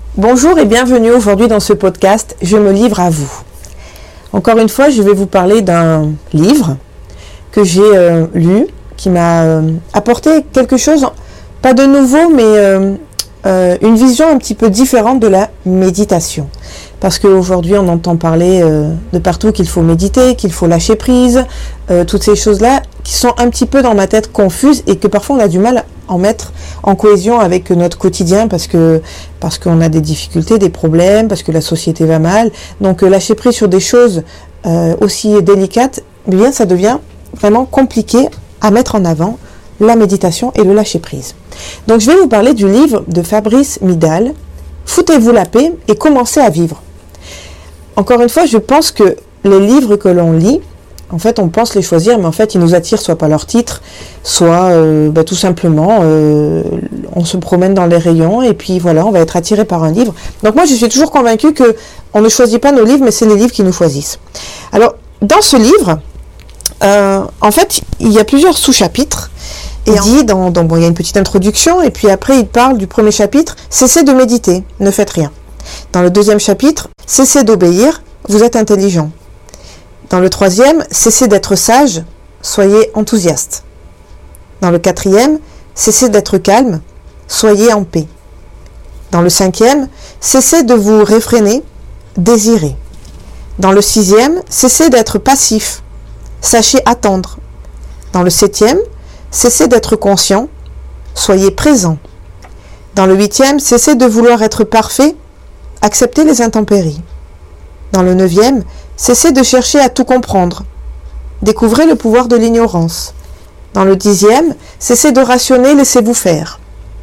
Bonjour et bienvenue aujourd'hui dans ce podcast « Je me livre à vous ». Encore une fois, je vais vous parler d'un livre que j'ai lu, qui m'a apporté quelque chose, pas de nouveau, mais une vision un petit peu différente de la méditation. Parce qu'aujourd'hui, on entend parler de partout qu'il faut méditer, qu'il faut lâcher prise, toutes ces choses-là qui sont un petit peu dans ma tête confuses et que parfois on a du mal à en mettre en cohésion avec notre quotidien parce qu'on a des difficultés, des problèmes, parce que la société va mal. Donc lâcher prise sur des choses aussi délicates, eh bien ça devient vraiment compliqué à mettre en avant, la méditation et le lâcher prise. Donc je vais vous parler du livre de Fabrice Midal, Foutez-vous la paix et commencez à vivre. Encore une fois, je pense que les livres que l'on lit, en fait, on pense les choisir, mais en fait, ils nous attirent soit par leur titre, soit tout simplement, on se promène dans les rayons et puis voilà, on va être attiré par un livre. Donc moi, je suis toujours convaincue que on ne choisit pas nos livres, mais c'est les livres qui nous choisissent. Alors, dans ce livre, en fait, il y a plusieurs sous-chapitres. Et il y a une petite introduction, et puis après, il parle du premier chapitre, cessez de méditer, ne faites rien. Dans le deuxième chapitre, cessez d'obéir, vous êtes intelligent. Dans le troisième, cessez d'être sage, soyez enthousiaste. Dans le quatrième, cessez d'être calme, soyez en paix. Dans le cinquième, cessez de vous réfréner, désirez. Dans le sixième, cessez d'être passif, sachez attendre. Dans le septième, cessez d'être conscient, soyez présent. Dans le huitième, cessez de vouloir être parfait, acceptez les intempéries. Dans le neuvième, cessez de chercher à tout comprendre, découvrez le pouvoir de l'ignorance. Dans le dixième, cessez de rationner, laissez-vous faire.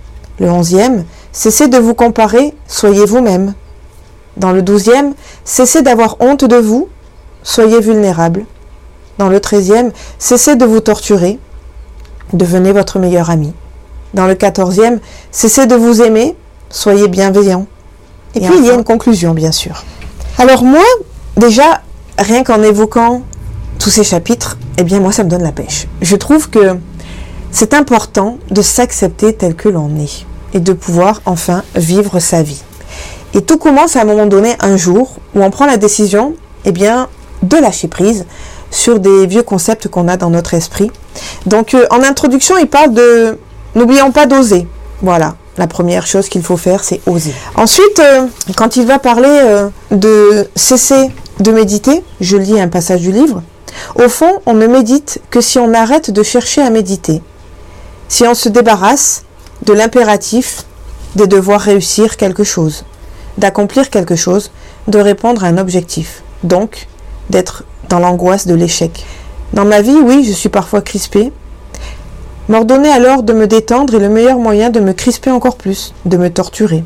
Le onzième, cessez de vous comparer, soyez vous-même. Dans le douzième, cessez d'avoir honte de vous, soyez vulnérable. Dans le treizième, cessez de vous torturer, devenez votre meilleur ami. Dans le quatorzième, cessez de vous aimer, soyez bienveillant. Et puis, il y a une conclusion, bien sûr. Alors moi, déjà, rien qu'en évoquant tous ces chapitres, eh bien moi, ça me donne la pêche. Je trouve que c'est important de s'accepter tel que l'on est et de pouvoir enfin vivre sa vie. Et tout commence à un moment donné, un jour, où on prend la décision, eh bien, de lâcher prise sur des vieux concepts qu'on a dans notre esprit. Donc en introduction, il parle de « n'oublions pas d'oser ». Voilà, la première chose qu'il faut faire, c'est oser. Ensuite, quand il va parler de cesser de méditer, je lis un passage du livre, au fond, on ne médite que si on arrête de chercher à méditer, si on se débarrasse de l'impératif de devoir réussir quelque chose, d'accomplir quelque chose, de répondre à un objectif, donc d'être dans l'angoisse de l'échec. Dans ma vie, oui, je suis parfois crispée. M'ordonner alors de me détendre est le meilleur moyen de me crisper encore plus, de me torturer.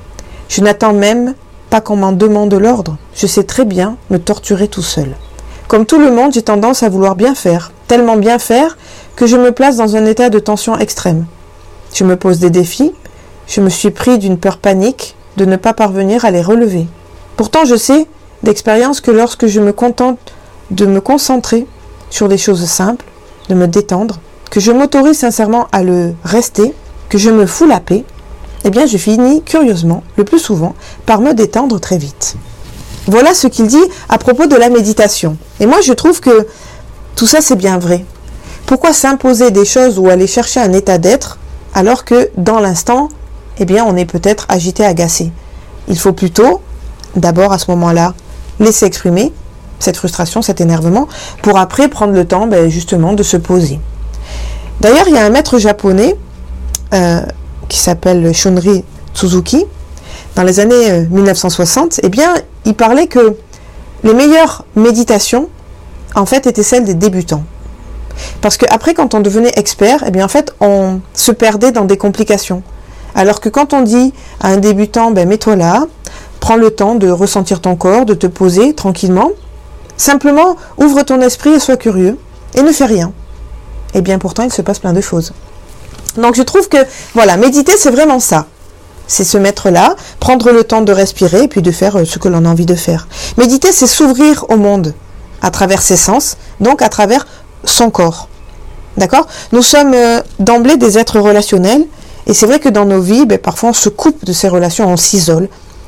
Je n'attends même pas qu'on m'en demande l'ordre. Je sais très bien me torturer tout seul. Comme tout le monde, j'ai tendance à vouloir bien faire, tellement bien faire que je me place dans un état de tension extrême. Je me pose des défis, je me suis pris d'une peur panique de ne pas parvenir à les relever. Pourtant, je sais d'expérience que lorsque je me contente de me concentrer sur des choses simples, de me détendre, que je m'autorise sincèrement à le rester, que je me fous la paix, eh bien je finis curieusement, le plus souvent, par me détendre très vite. Voilà ce qu'il dit à propos de la méditation. Et moi je trouve que tout ça c'est bien vrai. Pourquoi s'imposer des choses ou aller chercher un état d'être alors que dans l'instant, eh bien on est peut-être agité, agacé. Il faut plutôt, d'abord à ce moment-là, laisser exprimer cette frustration, cet énervement, pour après prendre le temps justement de se poser. D'ailleurs, il y a un maître japonais qui s'appelle Shunri Suzuki, dans les années 1960, eh bien, il parlait que les meilleures méditations, en fait, étaient celles des débutants. Parce qu'après, quand on devenait expert, eh bien, en fait, on se perdait dans des complications. Alors que quand on dit à un débutant, mets-toi là, prends le temps de ressentir ton corps, de te poser tranquillement, simplement, ouvre ton esprit et sois curieux, et ne fais rien. Et bien pourtant, il se passe plein de choses. Donc je trouve que, voilà, méditer, c'est vraiment ça. C'est se mettre là, prendre le temps de respirer, et puis de faire ce que l'on a envie de faire. Méditer, c'est s'ouvrir au monde, à travers ses sens, donc à travers son corps. D'accord ? Nous sommes d'emblée des êtres relationnels, et c'est vrai que dans nos vies, parfois on se coupe de ces relations, on s'isole.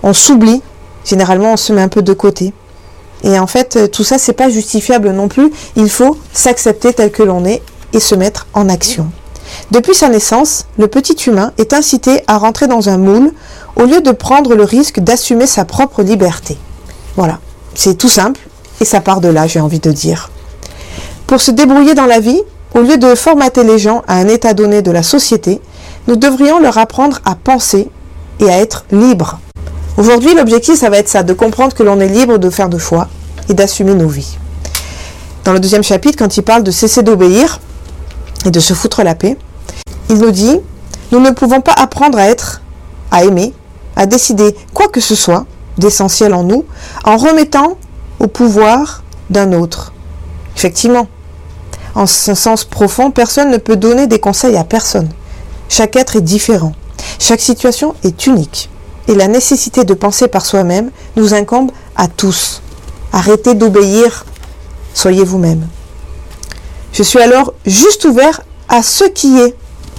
on s'oublie, généralement on se met un peu de côté. Et en fait, tout ça, c'est pas justifiable non plus. Il faut s'accepter tel que l'on est et se mettre en action. Depuis sa naissance, le petit humain est incité à rentrer dans un moule au lieu de prendre le risque d'assumer sa propre liberté. Voilà, c'est tout simple et ça part de là, j'ai envie de dire. Pour se débrouiller dans la vie, au lieu de formater les gens à un état donné de la société, nous devrions leur apprendre à penser et à être libres. Aujourd'hui, l'objectif, ça va être ça, de comprendre que l'on est libre de faire de choix et d'assumer nos vies. Dans le 2e chapitre, quand il parle de cesser d'obéir et de se foutre la paix, il nous dit « Nous ne pouvons pas apprendre à être, à aimer, à décider quoi que ce soit d'essentiel en nous, en remettant au pouvoir d'un autre. » Effectivement, en ce sens profond, personne ne peut donner des conseils à personne. Chaque être est différent. Chaque situation est unique. Et la nécessité de penser par soi-même nous incombe à tous. Arrêtez d'obéir, soyez vous-même. Je suis alors juste ouvert à ce qui est.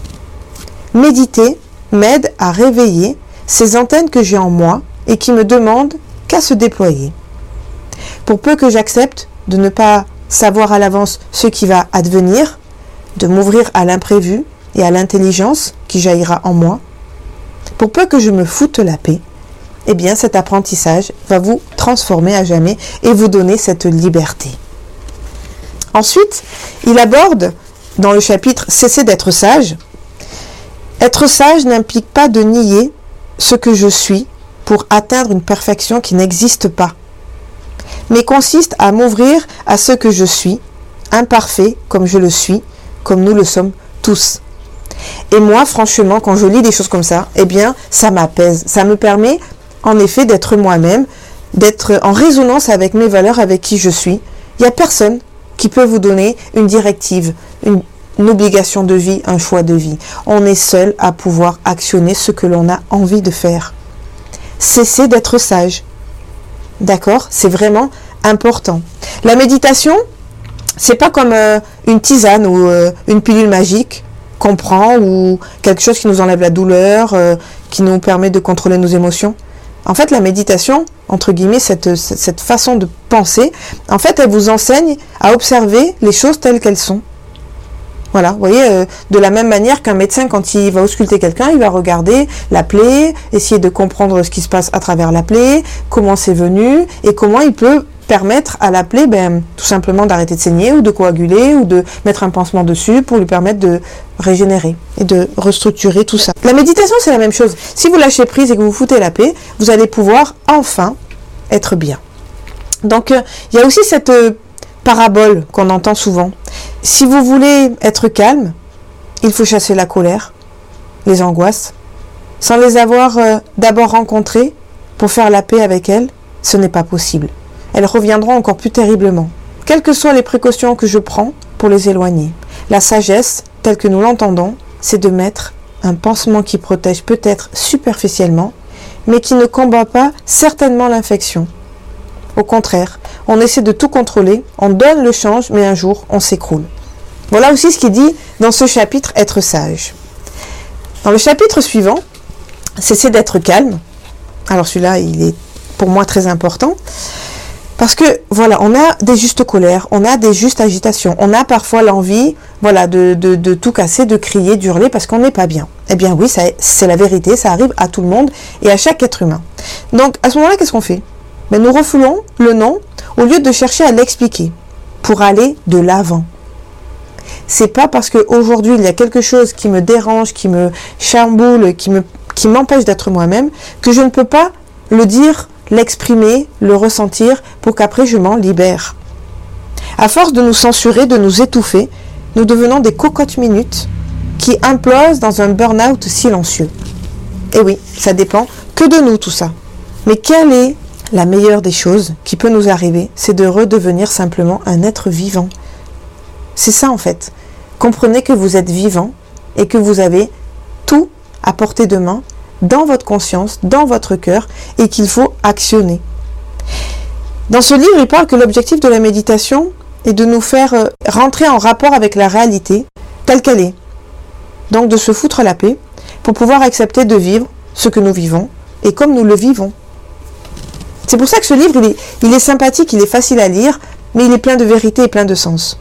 Méditer m'aide à réveiller ces antennes que j'ai en moi et qui me demandent qu'à se déployer. Pour peu que j'accepte de ne pas savoir à l'avance ce qui va advenir, de m'ouvrir à l'imprévu et à l'intelligence qui jaillira en moi, pour peu que je me foute la paix, eh bien cet apprentissage va vous transformer à jamais et vous donner cette liberté. Ensuite, il aborde dans le chapitre « Cessez d'être sage ». Être sage n'implique pas de nier ce que je suis pour atteindre une perfection qui n'existe pas, mais consiste à m'ouvrir à ce que je suis, imparfait comme je le suis, comme nous le sommes tous. Et moi, franchement, quand je lis des choses comme ça, eh bien, ça m'apaise. Ça me permet, en effet, d'être moi-même, d'être en résonance avec mes valeurs, avec qui je suis. Il n'y a personne qui peut vous donner une directive, une obligation de vie, un choix de vie. On est seul à pouvoir actionner ce que l'on a envie de faire. Cessez d'être sage. D'accord ? C'est vraiment important. La méditation, c'est pas comme une tisane ou une pilule magique qu'on prend ou quelque chose qui nous enlève la douleur, qui nous permet de contrôler nos émotions. En fait, la méditation, entre guillemets, cette façon de penser, en fait, elle vous enseigne à observer les choses telles qu'elles sont. Voilà, vous voyez, de la même manière qu'un médecin, quand il va ausculter quelqu'un, il va regarder la plaie, essayer de comprendre ce qui se passe à travers la plaie, comment c'est venu, et comment il peut permettre à la plaie, tout simplement d'arrêter de saigner, ou de coaguler, ou de mettre un pansement dessus pour lui permettre de régénérer et de restructurer tout ça. La méditation, c'est la même chose. Si vous lâchez prise et que vous foutez la paix, vous allez pouvoir enfin être bien. Donc, il y a aussi cette parabole qu'on entend souvent. Si vous voulez être calme, il faut chasser la colère, les angoisses. Sans les avoir d'abord rencontrées pour faire la paix avec elles, ce n'est pas possible. Elles reviendront encore plus terriblement. Quelles que soient les précautions que je prends pour les éloigner. La sagesse, telle que nous l'entendons, c'est de mettre un pansement qui protège peut-être superficiellement, mais qui ne combat pas certainement l'infection. Au contraire, on essaie de tout contrôler, on donne le change, mais un jour, on s'écroule. Voilà aussi ce qu'il dit dans ce chapitre « Être sage ». Dans le chapitre suivant, « Cesser d'être calme ». Alors celui-là, il est pour moi très important. Parce que, voilà, on a des justes colères, on a des justes agitations, on a parfois l'envie, voilà, de tout casser, de crier, d'hurler parce qu'on n'est pas bien. Eh bien oui, c'est la vérité, ça arrive à tout le monde et à chaque être humain. Donc, à ce moment-là, qu'est-ce qu'on fait ? Nous refoulons le non au lieu de chercher à l'expliquer pour aller de l'avant. C'est pas parce qu'aujourd'hui, il y a quelque chose qui me dérange, qui me chamboule, qui m'empêche d'être moi-même, que je ne peux pas le dire, l'exprimer, le ressentir, pour qu'après je m'en libère. À force de nous censurer, de nous étouffer, nous devenons des cocottes minutes qui implosent dans un burn-out silencieux. Et oui, ça dépend que de nous tout ça. Mais quelle est la meilleure des choses qui peut nous arriver ? C'est de redevenir simplement un être vivant. C'est ça en fait. Comprenez que vous êtes vivant et que vous avez tout à portée de main dans votre conscience, dans votre cœur, et qu'il faut actionner. Dans ce livre, il parle que l'objectif de la méditation est de nous faire rentrer en rapport avec la réalité telle qu'elle est. Donc de se foutre la paix pour pouvoir accepter de vivre ce que nous vivons et comme nous le vivons. C'est pour ça que ce livre, il est sympathique, il est facile à lire, mais il est plein de vérité et plein de sens.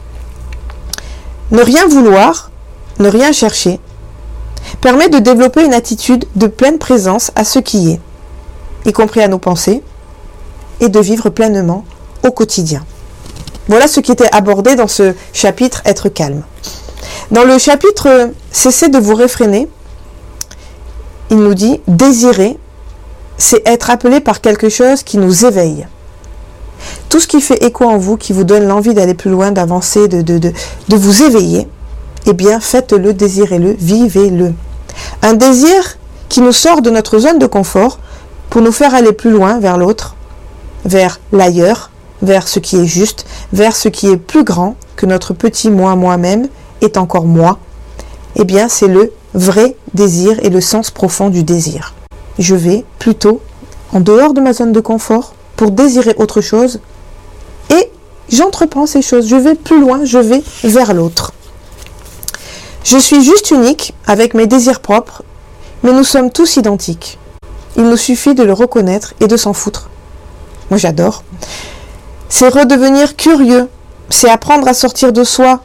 Ne rien vouloir, ne rien chercher, permet de développer une attitude de pleine présence à ce qui est, y compris à nos pensées, et de vivre pleinement au quotidien. Voilà ce qui était abordé dans ce chapitre « Être calme ». Dans le chapitre « Cessez de vous réfréner », il nous dit « Désirer, c'est être appelé par quelque chose qui nous éveille. Tout ce qui fait écho en vous, qui vous donne l'envie d'aller plus loin, d'avancer, de vous éveiller, eh bien faites-le, désirez-le, vivez-le. Un désir qui nous sort de notre zone de confort pour nous faire aller plus loin vers l'autre, vers l'ailleurs, vers ce qui est juste, vers ce qui est plus grand que notre petit moi-même est encore moi, eh bien c'est le vrai désir et le sens profond du désir. Je vais plutôt en dehors de ma zone de confort pour désirer autre chose et j'entreprends ces choses, je vais plus loin, je vais vers l'autre. Je suis juste unique avec mes désirs propres, mais nous sommes tous identiques. Il nous suffit de le reconnaître et de s'en foutre. Moi j'adore. C'est redevenir curieux, c'est apprendre à sortir de soi,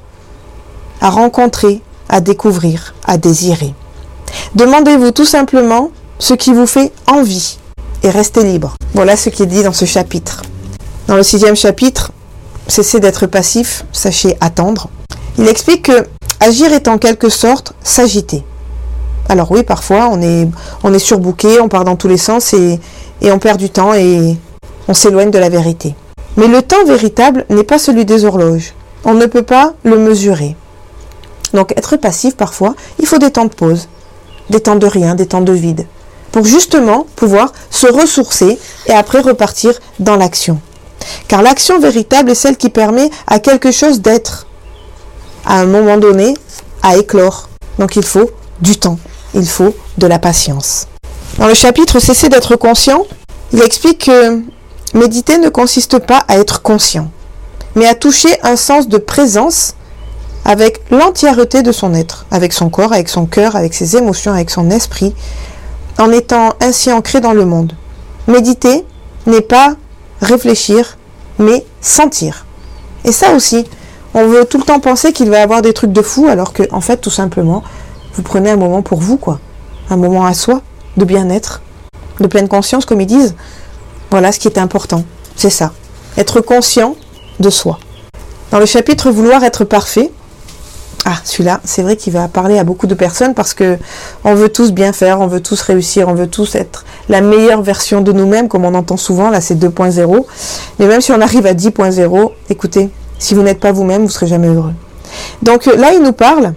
à rencontrer, à découvrir, à désirer. Demandez-vous tout simplement ce qui vous fait envie et restez libre. Voilà ce qui est dit dans ce chapitre. Dans le 6e chapitre, cessez d'être passif, sachez attendre. Il explique que agir est en quelque sorte s'agiter. Alors oui, parfois on est surbooké, on part dans tous les sens et on perd du temps et on s'éloigne de la vérité. Mais le temps véritable n'est pas celui des horloges. On ne peut pas le mesurer. Donc être passif parfois, il faut des temps de pause, des temps de rien, des temps de vide, pour justement pouvoir se ressourcer et après repartir dans l'action. Car l'action véritable est celle qui permet à quelque chose d'être, à un moment donné, à éclore. Donc il faut du temps, il faut de la patience. Dans le chapitre « Cessez d'être conscient », il explique que méditer ne consiste pas à être conscient, mais à toucher un sens de présence avec l'entièreté de son être, avec son corps, avec son cœur, avec ses émotions, avec son esprit, en étant ainsi ancré dans le monde. Méditer n'est pas réfléchir, mais sentir. Et ça aussi, on veut tout le temps penser qu'il va y avoir des trucs de fou, alors que, en fait, tout simplement, vous prenez un moment pour vous, quoi. Un moment à soi, de bien-être, de pleine conscience, comme ils disent. Voilà ce qui est important, c'est ça. Être conscient de soi. Dans le chapitre « Vouloir être parfait », celui-là, c'est vrai qu'il va parler à beaucoup de personnes parce que on veut tous bien faire, on veut tous réussir, on veut tous être la meilleure version de nous-mêmes, comme on entend souvent, là c'est 2.0. Mais même si on arrive à 10.0, écoutez, si vous n'êtes pas vous-même, vous ne serez jamais heureux. Donc là, il nous parle,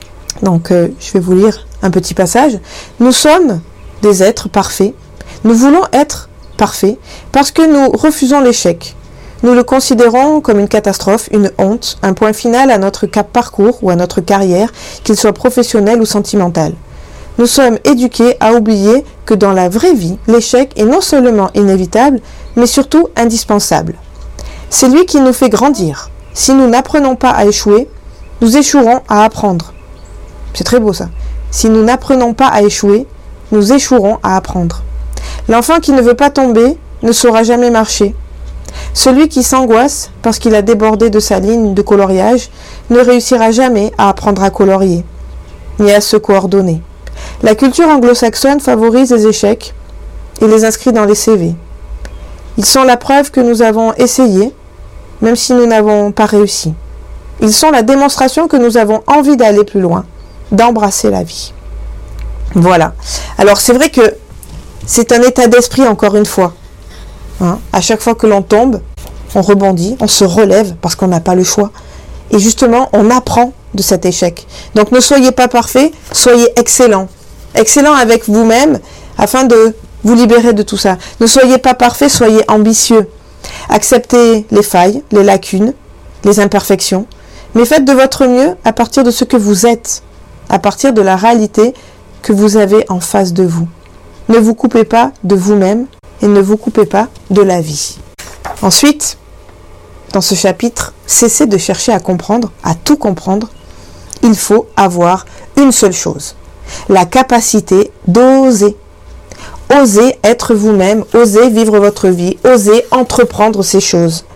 je vais vous lire un petit passage. Nous sommes des êtres parfaits, nous voulons être parfaits parce que nous refusons l'échec. Nous le considérons comme une catastrophe, une honte, un point final à notre parcours ou à notre carrière, qu'il soit professionnel ou sentimental. Nous sommes éduqués à oublier que dans la vraie vie, l'échec est non seulement inévitable, mais surtout indispensable. C'est lui qui nous fait grandir. Si nous n'apprenons pas à échouer, nous échouerons à apprendre. C'est très beau ça. Si nous n'apprenons pas à échouer, nous échouerons à apprendre. L'enfant qui ne veut pas tomber ne saura jamais marcher. Celui qui s'angoisse parce qu'il a débordé de sa ligne de coloriage ne réussira jamais à apprendre à colorier, ni à se coordonner. La culture anglo-saxonne favorise les échecs et les inscrit dans les CV. Ils sont la preuve que nous avons essayé, même si nous n'avons pas réussi. Ils sont la démonstration que nous avons envie d'aller plus loin, d'embrasser la vie. Voilà. Alors c'est vrai que c'est un état d'esprit encore une fois. À chaque fois que l'on tombe, on rebondit, on se relève parce qu'on n'a pas le choix. Et justement, on apprend de cet échec. Donc ne soyez pas parfait, soyez excellent. Excellent avec vous-même afin de vous libérer de tout ça. Ne soyez pas parfait, soyez ambitieux. Acceptez les failles, les lacunes, les imperfections. Mais faites de votre mieux à partir de ce que vous êtes, à partir de la réalité que vous avez en face de vous. Ne vous coupez pas de vous-même et ne vous coupez pas de la vie. Ensuite, dans ce chapitre, cessez de chercher à comprendre, à tout comprendre. Il faut avoir une seule chose, la capacité d'oser. osez être vous-même, osez vivre votre vie, osez entreprendre ces choses.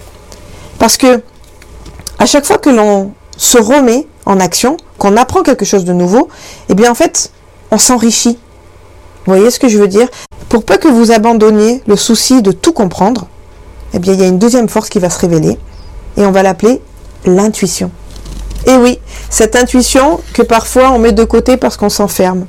Parce que à chaque fois que l'on se remet en action, qu'on apprend quelque chose de nouveau, eh bien en fait, on s'enrichit. Vous voyez ce que je veux dire? Pour peu que vous abandonniez le souci de tout comprendre, eh bien il y a une deuxième force qui va se révéler et on va l'appeler l'intuition. Et oui, cette intuition que parfois on met de côté parce qu'on s'enferme.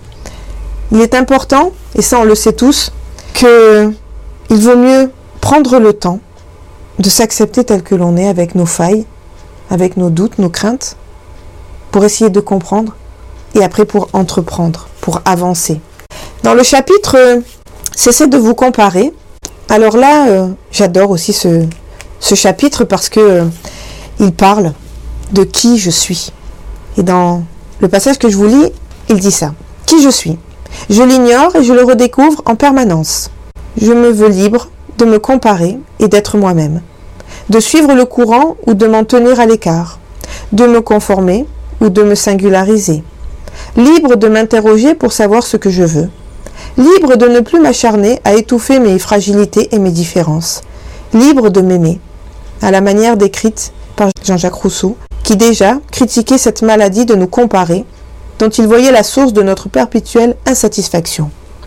Il est important, et ça on le sait tous, qu'il vaut mieux prendre le temps de s'accepter tel que l'on est avec nos failles, avec nos doutes, nos craintes, pour essayer de comprendre et après pour entreprendre, pour avancer. Dans le chapitre « Cessez de vous comparer », alors là, j'adore aussi ce chapitre parce que il parle de qui je suis. Et dans le passage que je vous lis, il dit ça. Qui je suis? Je l'ignore et je le redécouvre en permanence. Je me veux libre de me comparer et d'être moi-même, de suivre le courant ou de m'en tenir à l'écart, de me conformer ou de me singulariser, libre de m'interroger pour savoir ce que je veux, libre de ne plus m'acharner à étouffer mes fragilités et mes différences, libre de m'aimer, à la manière décrite par Jean-Jacques Rousseau, qui déjà critiquait cette maladie de nous comparer, dont il voyait la source de notre perpétuelle insatisfaction.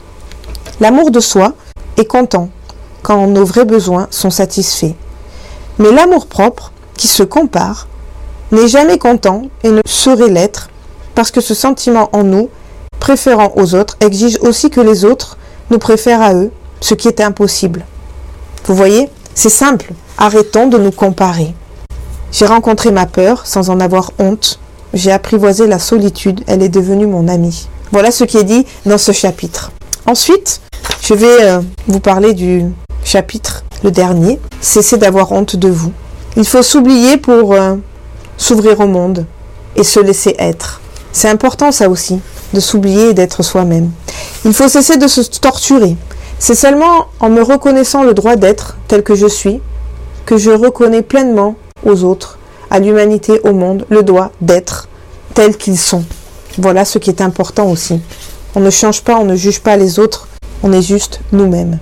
L'amour de soi est content quand nos vrais besoins sont satisfaits. Mais l'amour-propre, qui se compare, n'est jamais content et ne saurait l'être, parce que ce sentiment en nous, préférant aux autres, exige aussi que les autres nous préfèrent à eux, ce qui est impossible. Vous voyez, c'est simple, arrêtons de nous comparer. J'ai rencontré ma peur sans en avoir honte. J'ai apprivoisé la solitude, elle est devenue mon amie. Voilà ce qui est dit dans ce chapitre. Ensuite, je vais vous parler du chapitre, le dernier. Cessez d'avoir honte de vous. Il faut s'oublier pour s'ouvrir au monde et se laisser être. C'est important ça aussi, de s'oublier et d'être soi-même. Il faut cesser de se torturer. C'est seulement en me reconnaissant le droit d'être tel que je suis que je reconnais pleinement aux autres, à l'humanité, au monde, le droit d'être tels qu'ils sont. Voilà ce qui est important aussi. On ne change pas, on ne juge pas les autres, on est juste nous-mêmes.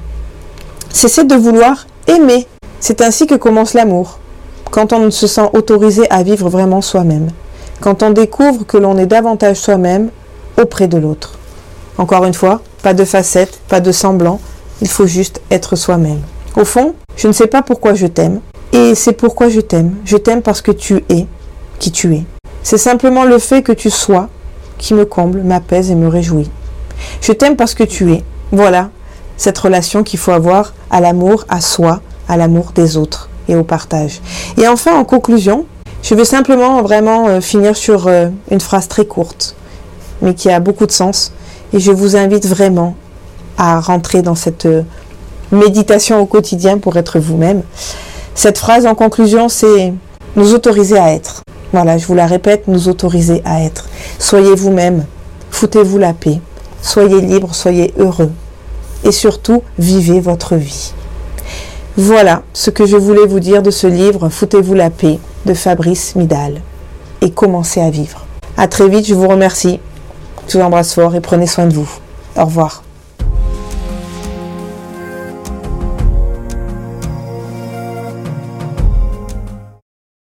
Cessez de vouloir aimer. C'est ainsi que commence l'amour. Quand on se sent autorisé à vivre vraiment soi-même. Quand on découvre que l'on est davantage soi-même auprès de l'autre. Encore une fois, pas de facettes, pas de semblant, il faut juste être soi-même. Au fond, je ne sais pas pourquoi je t'aime, et c'est pourquoi je t'aime. Je t'aime parce que tu es qui tu es. C'est simplement le fait que tu sois qui me comble, m'apaise et me réjouit. Je t'aime parce que tu es. Voilà, cette relation qu'il faut avoir à l'amour, à soi, à l'amour des autres et au partage. Et enfin, en conclusion, je vais simplement vraiment finir sur une phrase très courte, mais qui a beaucoup de sens. Et je vous invite vraiment à rentrer dans cette méditation au quotidien pour être vous-même. Cette phrase en conclusion, c'est nous autoriser à être. Voilà, je vous la répète, nous autoriser à être. Soyez vous-même, foutez-vous la paix, soyez libre, soyez heureux. Et surtout, vivez votre vie. Voilà ce que je voulais vous dire de ce livre, Foutez-vous la paix, de Fabrice Midal. Et commencez à vivre. À très vite, je vous remercie. Je vous embrasse fort et prenez soin de vous. Au revoir.